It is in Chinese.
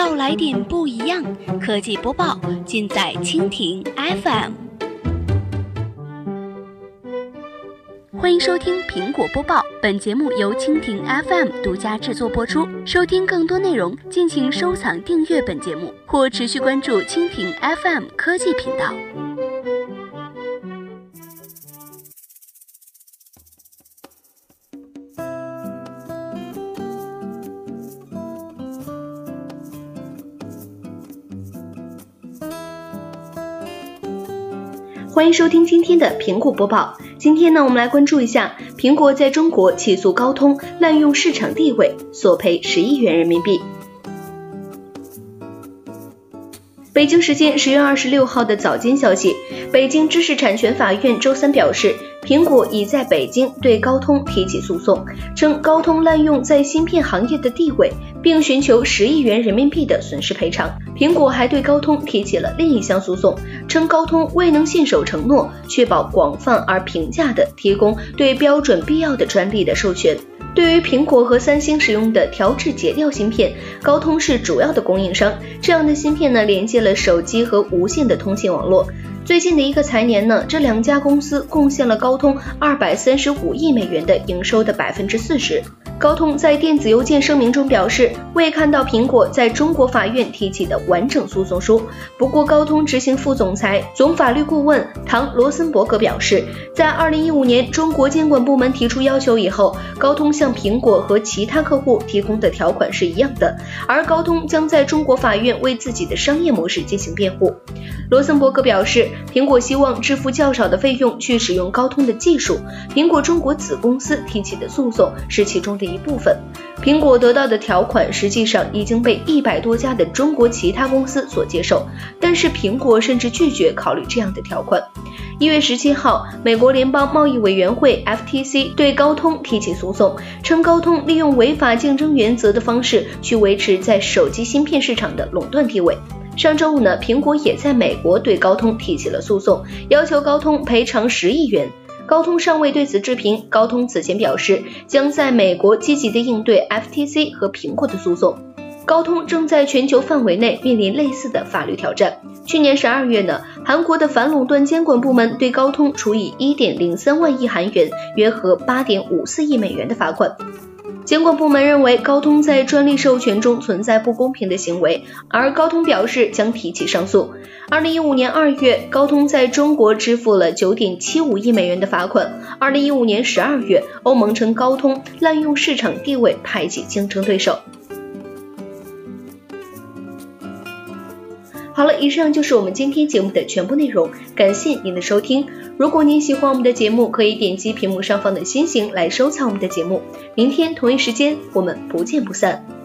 要来点不一样，科技播报尽在蜻蜓 FM。欢迎收听苹果播报，本节目由蜻蜓 FM 独家制作播出。收听更多内容，敬请收藏订阅本节目，或持续关注蜻蜓 FM 科技频道。 欢迎收听今天的苹果播报。今天呢，我们来关注一下苹果在中国起诉高通滥用市场地位，索赔10亿元人民币。北京时间10月26号的早间消息，北京知识产权法院周三表示，苹果已在北京对高通提起诉讼，称高通滥用在芯片行业的地位，并寻求10亿元人民币的损失赔偿。苹果还对高通提起了另一项诉讼，称高通未能信守承诺，确保广泛而平价地提供对标准必要的专利的授权。对于苹果和三星使用的调制节调芯片，高通是主要的供应商。这样的芯片呢，连接了手机和无线的通信网络。最近的一个财年呢，这两家公司贡献了高通235亿美元的营收的40%。高通在电子邮件声明中表示，未看到苹果在中国法院提起的完整诉讼书。不过，高通执行副总裁、总法律顾问唐·罗森伯格表示，在2015年中国监管部门提出要求以后，高通向苹果和其他客户提供的条款是一样的，而高通将在中国法院为自己的商业模式进行辩护。罗森伯格表示，苹果希望支付较少的费用去使用高通的技术，苹果中国子公司提起的诉讼是其中的一部分。苹果得到的条款实际上已经被100多家的中国其他公司所接受，但是苹果甚至拒绝考虑这样的条款。1月17号，美国联邦贸易委员会 FTC 对高通提起诉讼，称高通利用违法竞争原则的方式去维持在手机芯片市场的垄断地位。上周五呢，苹果也在美国对高通提起了诉讼，要求高通赔偿10亿元。高通尚未对此置评，高通此前表示将在美国积极地应对 FTC 和苹果的诉讼。高通正在全球范围内面临类似的法律挑战。去年12月呢，韩国的反垄断监管部门对高通处以 1.03 万亿韩元，约合 8.54 亿美元的罚款。监管部门认为高通在专利授权中存在不公平的行为，而高通表示将提起上诉。2015年2月，高通在中国支付了 9.75 亿美元的罚款。2015年12月，欧盟称高通滥用市场地位排挤竞争对手。好了，以上就是我们今天节目的全部内容，感谢您的收听。如果您喜欢我们的节目，可以点击屏幕上方的星星来收藏我们的节目。明天同一时间，我们不见不散。